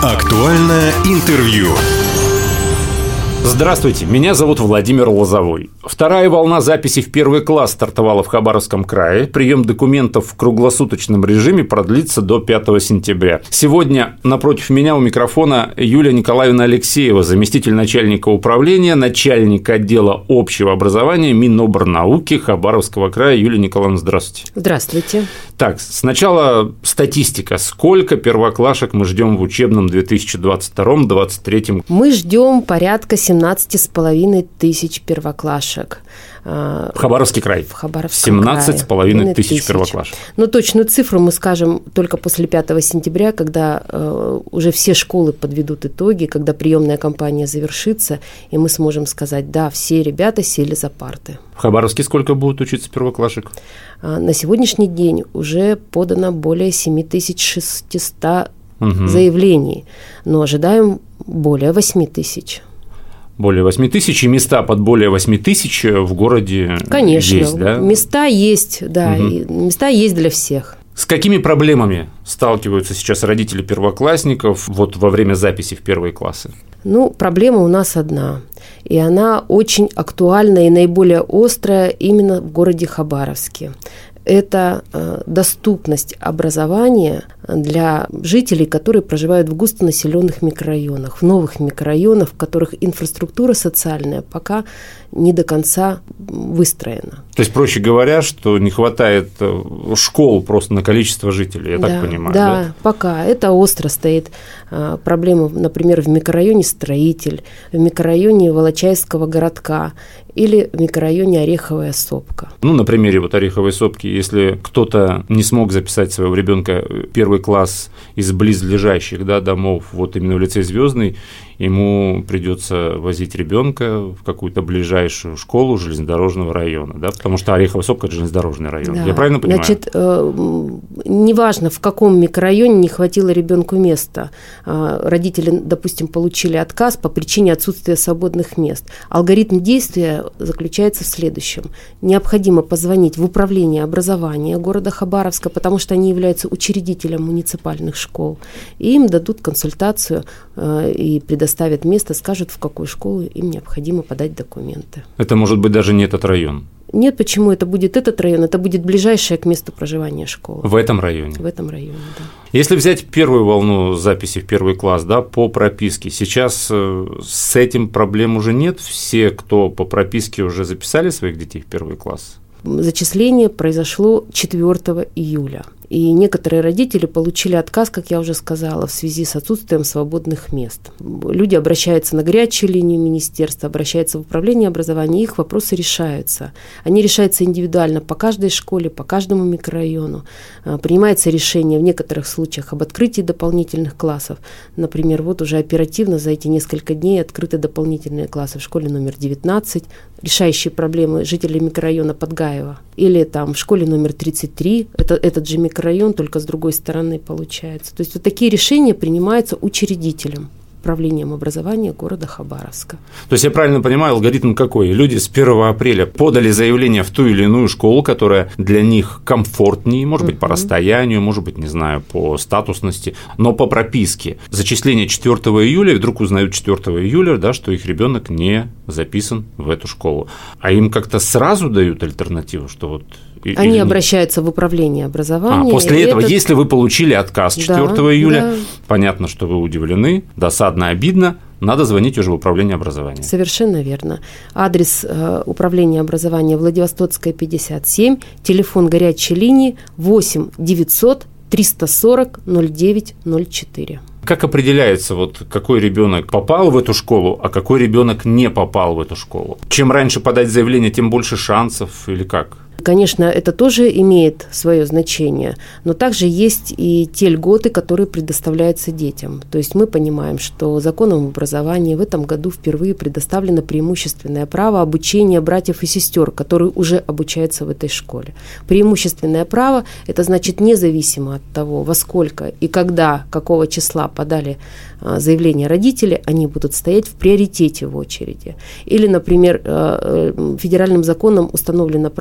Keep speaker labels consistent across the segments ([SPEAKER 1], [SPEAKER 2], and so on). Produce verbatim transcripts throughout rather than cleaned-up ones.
[SPEAKER 1] Актуальное интервью.
[SPEAKER 2] Здравствуйте, меня зовут Владимир Лозовой. Вторая волна записи в первый класс стартовала в Хабаровском крае. Прием документов в круглосуточном режиме продлится до пятого сентября. Сегодня напротив меня у микрофона Юлия Николаевна Алексеева, заместитель начальника управления, начальник отдела общего образования Минобрнауки Хабаровского края. Юлия Николаевна, здравствуйте.
[SPEAKER 3] Здравствуйте.
[SPEAKER 2] Так, сначала статистика. Сколько первоклашек мы ждем в учебном две тысячи двадцать втором — двадцать третьем?
[SPEAKER 3] Мы ждем порядка семнадцать с половиной тысяч первоклашек.
[SPEAKER 2] В Хабаровский край.
[SPEAKER 3] В Хабаровском
[SPEAKER 2] семнадцать с половиной тысяч первоклашек.
[SPEAKER 3] Но точную цифру мы скажем только после пятого сентября, когда э, уже все школы подведут итоги, когда приемная кампания завершится, и мы сможем сказать, да, все ребята сели за парты.
[SPEAKER 2] В Хабаровске сколько будут учиться первоклашек?
[SPEAKER 3] А, на сегодняшний день уже подано более семь тысяч шестьсот угу. заявлений, но ожидаем более восемь тысяч.
[SPEAKER 2] Более восемь тысяч, и места под более восемь тысяч в городе
[SPEAKER 3] Конечно,
[SPEAKER 2] есть, да?
[SPEAKER 3] места есть, да, угу. и места есть для всех.
[SPEAKER 2] С какими проблемами сталкиваются сейчас родители первоклассников вот во время записи в первые классы?
[SPEAKER 3] Ну, проблема у нас одна, и она очень актуальна и наиболее острая именно в городе Хабаровске. Это доступность образования для жителей, которые проживают в густонаселенных микрорайонах, в новых микрорайонах, в которых инфраструктура социальная пока не до конца выстроена.
[SPEAKER 2] То есть, проще говоря, что не хватает школ просто на количество жителей, я
[SPEAKER 3] да,
[SPEAKER 2] так понимаю.
[SPEAKER 3] Да,
[SPEAKER 2] да,
[SPEAKER 3] пока. Это остро стоит проблема, например, в микрорайоне Строитель, в микрорайоне Волочаевского городка или в микрорайоне Ореховая Сопка.
[SPEAKER 2] Ну, на примере вот Ореховой Сопки, если кто-то не смог записать своего ребенка в первый класс из близлежащих, да, домов, вот именно в лицей Звездный, ему придется возить ребенка в какую-то ближайшую школу железнодорожного района, да, потому что Ореховая Сопка – это железнодорожный район. Да. Я правильно понимаю?
[SPEAKER 3] Значит, неважно, в каком микрорайоне не хватило ребенку места. Родители, допустим, получили отказ по причине отсутствия свободных мест. Алгоритм действия заключается в следующем. Необходимо позвонить в управление образования города Хабаровска, потому что они являются учредителем муниципальных школ, и им дадут консультацию и предоставят место, скажут, в какую школу им необходимо подать документы.
[SPEAKER 2] Это может быть даже не этот район?
[SPEAKER 3] Нет, почему? Это будет этот район, это будет ближайшая к месту проживания школа.
[SPEAKER 2] В этом районе?
[SPEAKER 3] В этом районе, да.
[SPEAKER 2] Если взять первую волну записи в первый класс, да, по прописке, сейчас с этим проблем уже нет? Все, кто по прописке уже записали своих детей в первый класс?
[SPEAKER 3] Зачисление произошло четвёртого июля. И некоторые родители получили отказ, как я уже сказала, в связи с отсутствием свободных мест. Люди обращаются на горячую линию министерства, обращаются в управление образования, и их вопросы решаются. Они решаются индивидуально по каждой школе, по каждому микрорайону. Принимается решение в некоторых случаях об открытии дополнительных классов. Например, вот уже оперативно за эти несколько дней открыты дополнительные классы в школе номер девятнадцать, решающие проблемы жителей микрорайона Подгаева. Или там в школе номер тридцать три, это, этот же микрорайон, только с другой стороны получается. То есть вот такие решения принимаются учредителем, управлением образования города Хабаровска.
[SPEAKER 2] То есть я правильно понимаю, алгоритм какой? Люди с первого апреля подали заявление в ту или иную школу, которая для них комфортнее, может быть, uh-huh. по расстоянию, может быть, не знаю, по статусности, но по прописке. Зачисление четвёртого июля, и вдруг узнают четвёртого июля, да, что их ребенок не записан в эту школу. А им как-то сразу дают альтернативу, что вот…
[SPEAKER 3] Они обращаются в управление образования.
[SPEAKER 2] А, после этого,
[SPEAKER 3] этот...
[SPEAKER 2] если вы получили отказ четвёртого
[SPEAKER 3] да,
[SPEAKER 2] июля,
[SPEAKER 3] да.
[SPEAKER 2] понятно, что вы удивлены, досадно, обидно, надо звонить уже в управление образования.
[SPEAKER 3] Совершенно верно. Адрес э, управления образования Владивостокская, пятьдесят семь, телефон горячей линии восемь девятьсот триста сорок ноль девять ноль четыре.
[SPEAKER 2] Как определяется, вот, какой ребенок попал в эту школу, а какой ребенок не попал в эту школу? Чем раньше подать заявление, тем больше шансов или как?
[SPEAKER 3] Конечно, это тоже имеет свое значение, но также есть и те льготы, которые предоставляются детям. То есть мы понимаем, что законом об образовании в этом году впервые предоставлено преимущественное право обучения братьев и сестер, которые уже обучаются в этой школе. Преимущественное право – это значит независимо от того, во сколько и когда, какого числа подали заявление родители, они будут стоять в приоритете в очереди. Или, например, федеральным законом установлено право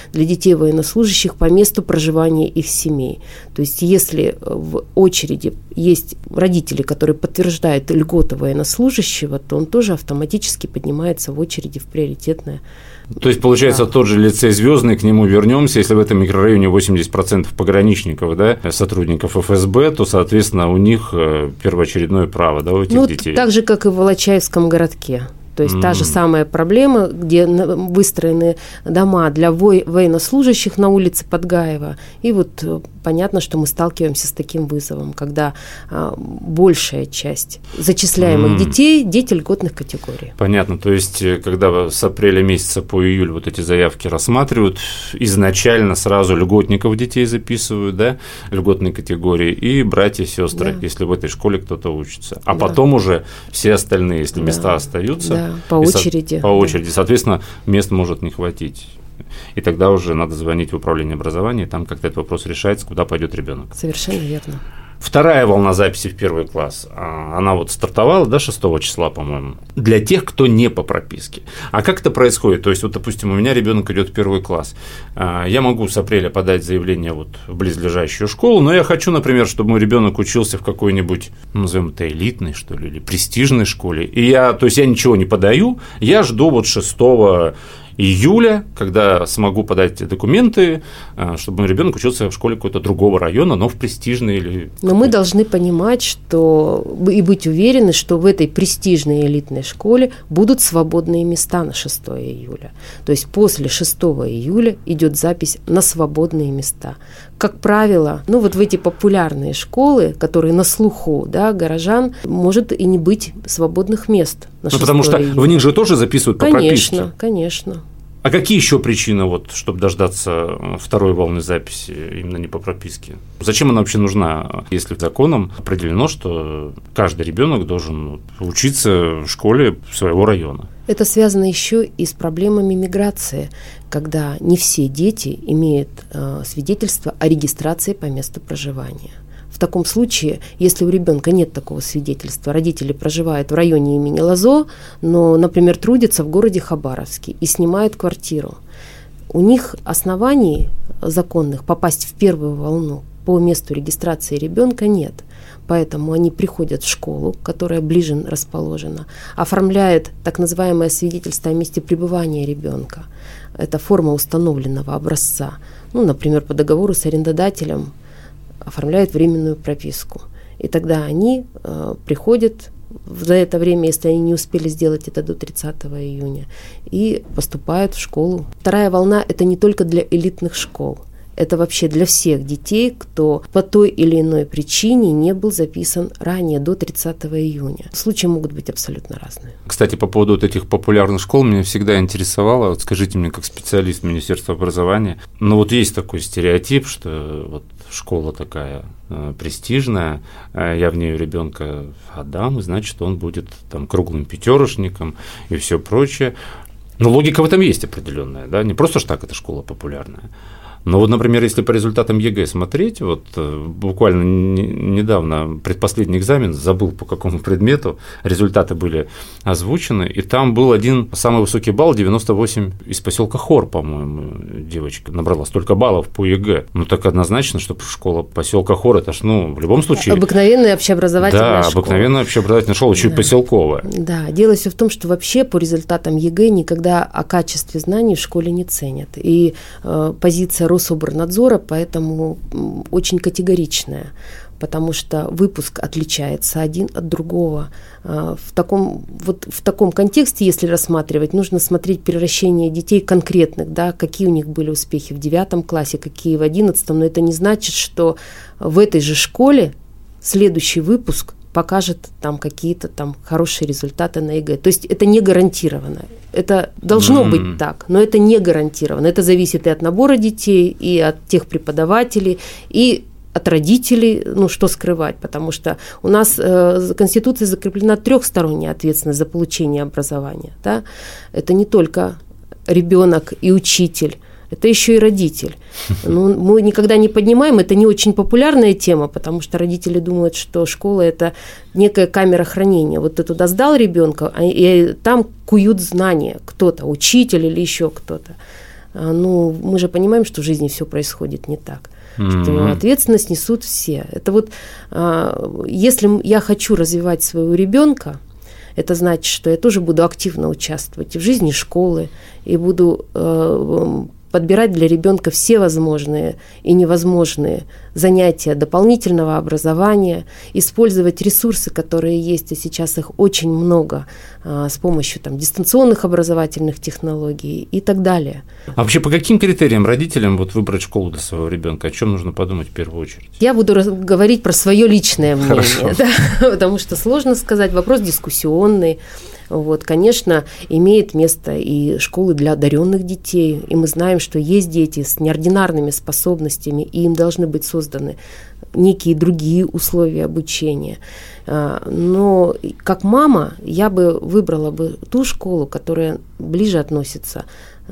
[SPEAKER 3] для детей военнослужащих по месту проживания их семей. То есть если в очереди есть родители, которые подтверждают льготы военнослужащего, то он тоже автоматически поднимается в очереди в приоритетное.
[SPEAKER 2] То есть, получается, да. Тот же лицей «Звездный», к нему вернемся, если в этом микрорайоне восемьдесят процентов пограничников, да, сотрудников эф эс бэ, то, соответственно, у них первоочередное право, да, у этих
[SPEAKER 3] ну,
[SPEAKER 2] детей.
[SPEAKER 3] Так же, как и в Волочаевском городке. То есть mm. та же самая проблема, где выстроены дома для военнослужащих на улице Подгаева. И вот понятно, что мы сталкиваемся с таким вызовом, когда а, большая часть зачисляемых mm. детей – дети льготных категорий.
[SPEAKER 2] Понятно. То есть, когда с апреля месяца по июль вот эти заявки рассматривают, изначально сразу льготников детей записывают, да, льготные категории, и братья и сестры, да. если в этой школе кто-то учится. А да. потом уже все остальные, если да. места остаются.
[SPEAKER 3] Да. По очереди.
[SPEAKER 2] По очереди. Да. Соответственно, мест может не хватить. И тогда уже надо звонить в управление образования, и там как-то этот вопрос решается, куда пойдет ребенок.
[SPEAKER 3] Совершенно верно.
[SPEAKER 2] Вторая волна записи в первый класс, она вот стартовала, да, шестого числа, по-моему, для тех, кто не по прописке. А как это происходит? То есть, вот, допустим, у меня ребенок идет в первый класс. Я могу с апреля подать заявление вот в близлежащую школу, но я хочу, например, чтобы мой ребенок учился в какой-нибудь, назовем это, элитной, что ли, или престижной школе. И я, то есть, я ничего не подаю, я жду вот шестого июля, когда смогу подать документы, чтобы мой ребенок учился в школе какого-то другого района, но в престижной или...
[SPEAKER 3] Но мы должны понимать, что и быть уверены, что в этой престижной элитной школе будут свободные места на шестого июля. То есть после шестого июля идет запись на свободные места. Как правило, ну вот в эти популярные школы, которые на слуху, да, горожан, может и не быть свободных мест на шестого июля. Ну, потому что
[SPEAKER 2] в них же тоже записывают по прописке.
[SPEAKER 3] Конечно, конечно.
[SPEAKER 2] А какие еще причины, вот, чтобы дождаться второй волны записи именно не по прописке? Зачем она вообще нужна, если законом определено, что каждый ребенок должен учиться в школе своего района?
[SPEAKER 3] Это связано еще и с проблемами миграции, когда не все дети имеют э, свидетельство о регистрации по месту проживания. В таком случае, если у ребенка нет такого свидетельства, родители проживают в районе имени Лозо, но, например, трудятся в городе Хабаровске и снимают квартиру, у них оснований законных попасть в первую волну по месту регистрации ребенка нет. Поэтому они приходят в школу, которая ближе расположена, оформляют так называемое свидетельство о месте пребывания ребенка. Это форма установленного образца. Ну, например, по договору с арендодателем оформляют временную прописку. И тогда они э, приходят за это время, если они не успели сделать это до тридцатого июня, и поступают в школу. Вторая волна – это не только для элитных школ. Это вообще для всех детей, кто по той или иной причине не был записан ранее, до тридцатого июня. Случаи могут быть абсолютно разные.
[SPEAKER 2] Кстати, по поводу вот этих популярных школ меня всегда интересовало, вот скажите мне, как специалист Министерства образования, но вот есть такой стереотип, что вот школа такая э, престижная, э, я в нее ребенка отдам, и значит, он будет там круглым пятерочником и все прочее. Но логика в этом есть определенная, да, не просто ж так эта школа популярная. Но вот, например, если по результатам ЕГЭ смотреть, вот буквально недавно предпоследний экзамен, забыл по какому предмету, результаты были озвучены, и там был один самый высокий балл, девяносто восемь, из поселка Хор, по-моему, девочка набрала столько баллов по ЕГЭ. Ну так однозначно, что школа поселка Хор, это ж, ну, в любом случае...
[SPEAKER 3] Обыкновенная общеобразовательная
[SPEAKER 2] да, школа. Да, обыкновенная общеобразовательная школа, еще да. и поселковая.
[SPEAKER 3] Да, дело все в том, что вообще по результатам ЕГЭ никогда о качестве знаний в школе не ценят. И э, позиция Рособорнадзора поэтому очень категоричная, потому что выпуск отличается один от другого. В таком, вот в таком контексте, если рассматривать, нужно смотреть превращение детей конкретных, да, какие у них были успехи в девятом классе, какие в одиннадцатом, но это не значит, что в этой же школе следующий выпуск покажет там какие-то там хорошие результаты на ЕГЭ. То есть это не гарантированно. Это должно mm-hmm. быть так, но это не гарантированно. Это зависит и от набора детей, и от тех преподавателей, и от родителей, ну что скрывать, потому что у нас э, Конституцией закреплена трехсторонняя ответственность за получение образования. Да? Это не только ребенок и учитель, это еще и родитель. Ну, мы никогда не поднимаем, это не очень популярная тема, потому что родители думают, что школа – это некая камера хранения. Вот ты туда сдал ребенка, и там куют знания кто-то, учитель или еще кто-то. ну, мы же понимаем, что в жизни все происходит не так.
[SPEAKER 2] Mm-hmm.
[SPEAKER 3] Что ответственность несут все. Это вот, если я хочу развивать своего ребенка, это значит, что я тоже буду активно участвовать и в жизни школы, и буду подбирать для ребенка все возможные и невозможные занятия дополнительного образования, использовать ресурсы, которые есть, и сейчас их очень много, с помощью там, дистанционных образовательных технологий и так далее.
[SPEAKER 2] А вообще по каким критериям родителям вот выбрать школу для своего ребенка? О чем нужно подумать в первую очередь?
[SPEAKER 3] Я буду раз- говорить про свое личное мнение, да, потому что сложно сказать, вопрос дискуссионный. Вот, конечно, имеет место и школы для одаренных детей, и мы знаем, что есть дети с неординарными способностями, и им должны быть созданы некие другие условия обучения. Но как мама я бы выбрала бы ту школу, которая ближе относится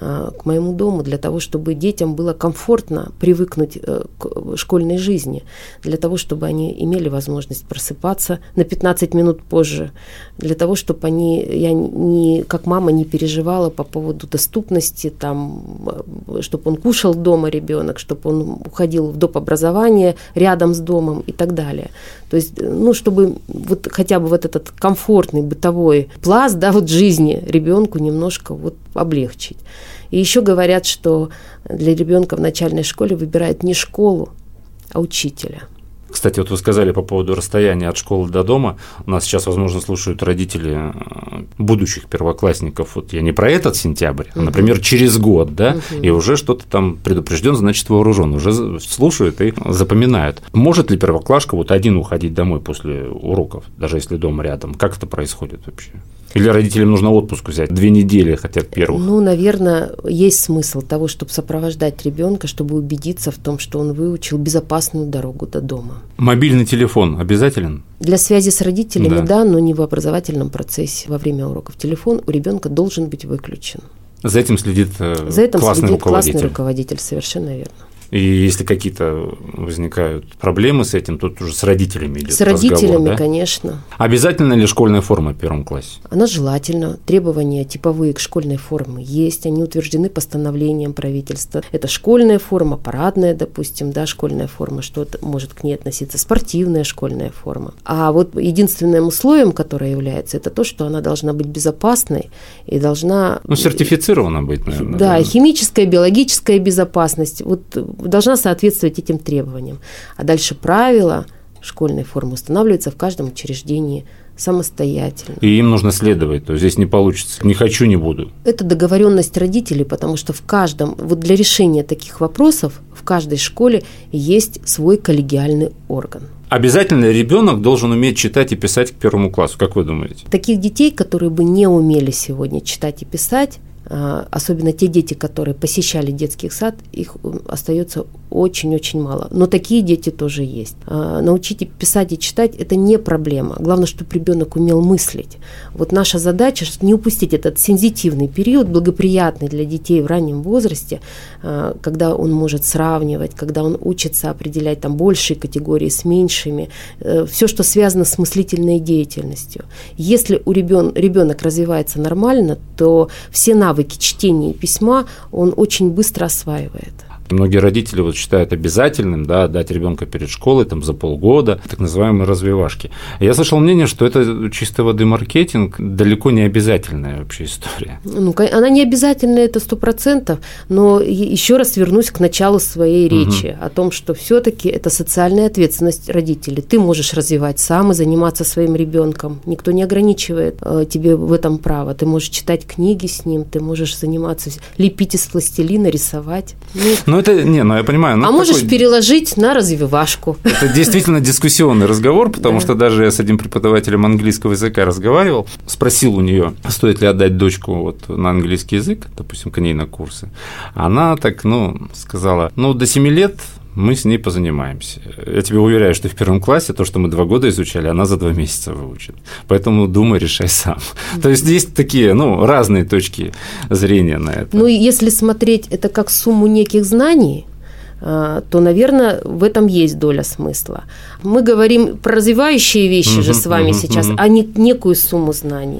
[SPEAKER 3] к моему дому, для того, чтобы детям было комфортно привыкнуть к школьной жизни, для того, чтобы они имели возможность просыпаться на пятнадцать минут позже, для того, чтобы они, я не, как мама не переживала по поводу доступности, там, чтобы он кушал дома ребенок, чтобы он уходил в доп. Образование рядом с домом и так далее. То есть, ну, чтобы вот хотя бы вот этот комфортный бытовой пласт, да, вот жизни ребенку немножко вот облегчить. И еще говорят, что для ребенка в начальной школе выбирают не школу, а учителя.
[SPEAKER 2] Кстати, вот вы сказали по поводу расстояния от школы до дома. У нас сейчас, возможно, слушают родители будущих первоклассников. Вот я не про этот сентябрь, а, например, через год, да, uh-huh. и уже что-то там предупрежден, значит, вооружен. Уже слушают и запоминают. Может ли первоклашка вот один уходить домой после уроков, даже если дом рядом? Как это происходит вообще? Или родителям нужно отпуск взять две недели, хотя бы первых?
[SPEAKER 3] Ну, наверное, есть смысл того, чтобы сопровождать ребенка, чтобы убедиться в том, что он выучил безопасную дорогу до дома.
[SPEAKER 2] Мобильный телефон обязателен?
[SPEAKER 3] Для связи с родителями, да.
[SPEAKER 2] да,
[SPEAKER 3] но не в образовательном процессе. Во время уроков телефон у ребенка должен быть выключен.
[SPEAKER 2] За этим следит
[SPEAKER 3] За этим
[SPEAKER 2] классный
[SPEAKER 3] следит
[SPEAKER 2] руководитель.
[SPEAKER 3] классный руководитель, совершенно верно.
[SPEAKER 2] И если какие-то возникают проблемы с этим, то уже с родителями идет
[SPEAKER 3] С родителями,
[SPEAKER 2] разговор, да?
[SPEAKER 3] конечно.
[SPEAKER 2] Обязательно ли школьная форма в первом классе?
[SPEAKER 3] Она желательна. Требования типовые к школьной форме есть. Они утверждены постановлением правительства. Это школьная форма, парадная, допустим, да, школьная форма, что может к ней относиться, спортивная школьная форма. А вот единственным условием, которое является, это то, что она должна быть безопасной и должна…
[SPEAKER 2] Ну, сертифицирована быть, наверное.
[SPEAKER 3] Да, да. Химическая, биологическая безопасность. Вот должна соответствовать этим требованиям. А дальше правила школьной формы устанавливаются в каждом учреждении самостоятельно.
[SPEAKER 2] И им нужно следовать, то есть здесь не получится. Не хочу, не буду.
[SPEAKER 3] Это договоренность родителей, потому что в каждом, вот для решения таких вопросов в каждой школе есть свой коллегиальный орган.
[SPEAKER 2] Обязательно ребенок должен уметь читать и писать к первому классу, как вы думаете?
[SPEAKER 3] Таких детей, которые бы не умели сегодня читать и писать, особенно те дети, которые посещали детский сад, их остается очень-очень мало. Но такие дети тоже есть. Научить писать и читать – это не проблема. Главное, чтобы ребенок умел мыслить. Вот наша задача – не упустить этот сензитивный период, благоприятный для детей в раннем возрасте, когда он может сравнивать, когда он учится определять там большие категории с меньшими, все, что связано с мыслительной деятельностью. Если у ребен, ребенок развивается нормально, то все навыки навыки чтения и письма он очень быстро осваивает.
[SPEAKER 2] Многие родители вот считают обязательным, да, отдать ребенка перед школой там, за полгода, так называемые развивашки. Я слышал мнение, что это чистой воды маркетинг, далеко не обязательная вообще история. Ну,
[SPEAKER 3] она не обязательная, это сто процентов, но еще раз вернусь к началу своей речи угу. о том, что все-таки это социальная ответственность родителей. Ты можешь развивать сам и заниматься своим ребенком. Никто не ограничивает э, тебе в этом право. Ты можешь читать книги с ним, ты можешь заниматься, лепить из пластилина, рисовать.
[SPEAKER 2] Ну, Ну, это, не, ну, я понимаю. Ну,
[SPEAKER 3] а
[SPEAKER 2] такой...
[SPEAKER 3] можешь переложить на развивашку.
[SPEAKER 2] Это действительно дискуссионный разговор, потому да. что даже я с одним преподавателем английского языка разговаривал, спросил у нее, стоит ли отдать дочку вот на английский язык, допустим, к ней на курсы. Она так, ну, сказала, ну, до семи лет мы с ней позанимаемся. Я тебе уверяю, что в первом классе то, что мы два года изучали, она за два месяца выучит. Поэтому думай, решай сам. То есть есть такие, ну, разные точки зрения на это.
[SPEAKER 3] Ну, если смотреть это как сумму неких знаний, то, наверное, в этом есть доля смысла. Мы говорим про развивающие вещи uh-huh, же с вами uh-huh, сейчас, uh-huh. а не некую сумму знаний.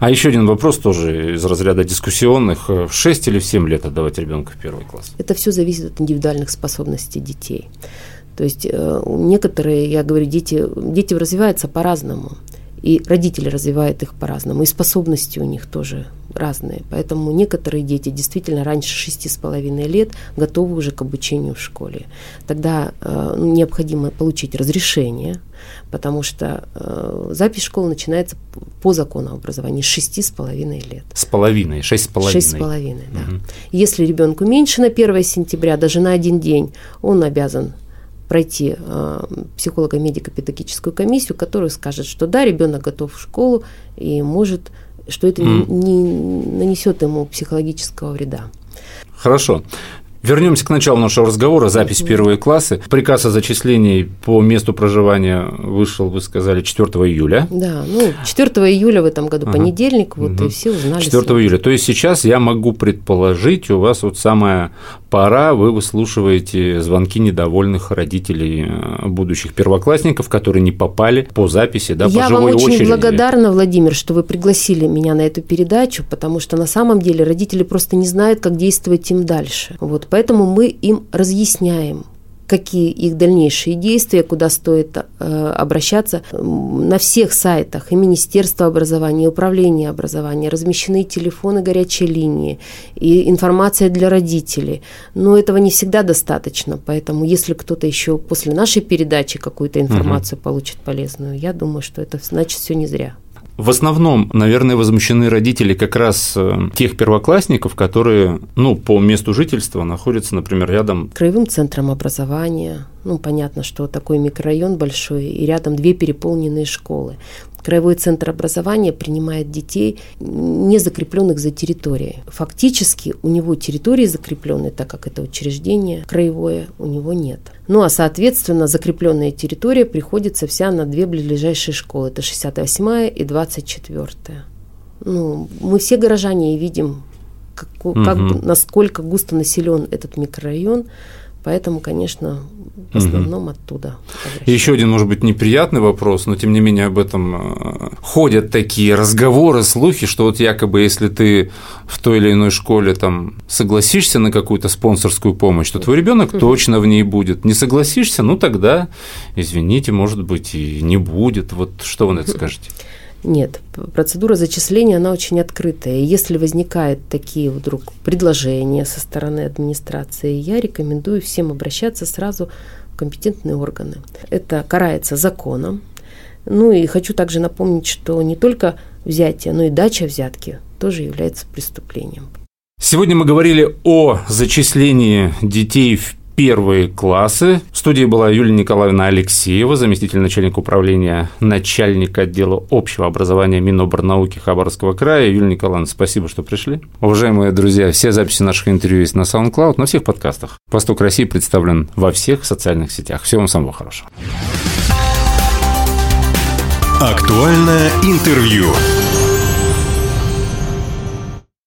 [SPEAKER 2] А еще один вопрос тоже из разряда дискуссионных. В шесть или в семь лет отдавать ребенка в первый класс?
[SPEAKER 3] Это все зависит от индивидуальных способностей детей. То есть некоторые, я говорю, дети, дети развиваются по-разному. И родители развивают их по-разному, и способности у них тоже разные. Поэтому некоторые дети действительно раньше шести с половиной лет готовы уже к обучению в школе. Тогда э, необходимо получить разрешение, потому что э, запись в школу начинается по закону об образовании с шести с половиной лет.
[SPEAKER 2] С половиной, шесть с половиной.
[SPEAKER 3] Шесть с половиной, да. Угу. Если ребенку меньше на первое сентября, даже на один день, он обязан пройти э, психолого-медико-педагогическую комиссию, которая скажет, что да, ребенок готов в школу и может, что это mm. не, не нанесет ему психологического вреда.
[SPEAKER 2] Хорошо. Вернемся к началу нашего разговора. Запись в первые классы. Приказ о зачислении по месту проживания вышел, вы сказали, четвёртого июля.
[SPEAKER 3] Да, ну, четвёртого июля в этом году, ага. понедельник, вот, угу. и все узнали.
[SPEAKER 2] четвёртого июля. То есть сейчас я могу предположить, у вас вот самая пора, вы выслушиваете звонки недовольных родителей будущих первоклассников, которые не попали по записи, да,
[SPEAKER 3] я
[SPEAKER 2] по живой очереди.
[SPEAKER 3] Я вам очень благодарна, Владимир, что вы пригласили меня на эту передачу, потому что на самом деле родители просто не знают, как действовать им дальше. Вот. Поэтому мы им разъясняем, какие их дальнейшие действия, куда стоит э, обращаться. На всех сайтах и Министерства образования, и Управления образования размещены телефоны горячей линии и информация для родителей. Но этого не всегда достаточно, поэтому если кто-то еще после нашей передачи какую-то информацию угу. получит полезную, я думаю, что это значит все не зря.
[SPEAKER 2] В основном, наверное, возмущены родители как раз тех первоклассников, которые, ну, по месту жительства находятся, например, рядом
[SPEAKER 3] с краевым центром образования. Ну, понятно, что такой микрорайон большой, и рядом две переполненные школы. Краевой центр образования принимает детей, не закрепленных за территорией. Фактически у него территории закрепленные, так как это учреждение краевое, у него нет. Ну, а, соответственно, закрепленная территория приходится вся на две ближайшие школы. Это шестьдесят восьмая и двадцать четвёртая. Ну, мы все горожане и видим, как, угу. как, насколько густо населен этот микрорайон. Поэтому, конечно, в основном угу. оттуда.
[SPEAKER 2] И еще один, может быть, неприятный вопрос, но тем не менее об этом ходят такие разговоры, слухи, что вот якобы если ты в той или иной школе там согласишься на какую-то спонсорскую помощь, то твой ребенок угу. точно в ней будет. Не согласишься, ну тогда, извините, может быть, и не будет. Вот что вы на это скажете?
[SPEAKER 3] Нет, процедура зачисления, она очень открытая. И если возникают такие вдруг предложения со стороны администрации, я рекомендую всем обращаться сразу в компетентные органы. Это карается законом. Ну и хочу также напомнить, что не только взятие, но и дача взятки тоже является преступлением.
[SPEAKER 2] Сегодня мы говорили о зачислении детей в первые классы. В студии была Юлия Николаевна Алексеева, заместитель начальника управления, начальник отдела общего образования Миноборнауки Хабаровского края. Юлия Николаевна, спасибо, что пришли. Уважаемые друзья, все записи наших интервью есть на SoundCloud, на всех подкастах. «Восток России» представлен во всех социальных сетях. Всего вам самого хорошего.
[SPEAKER 1] Актуальное интервью.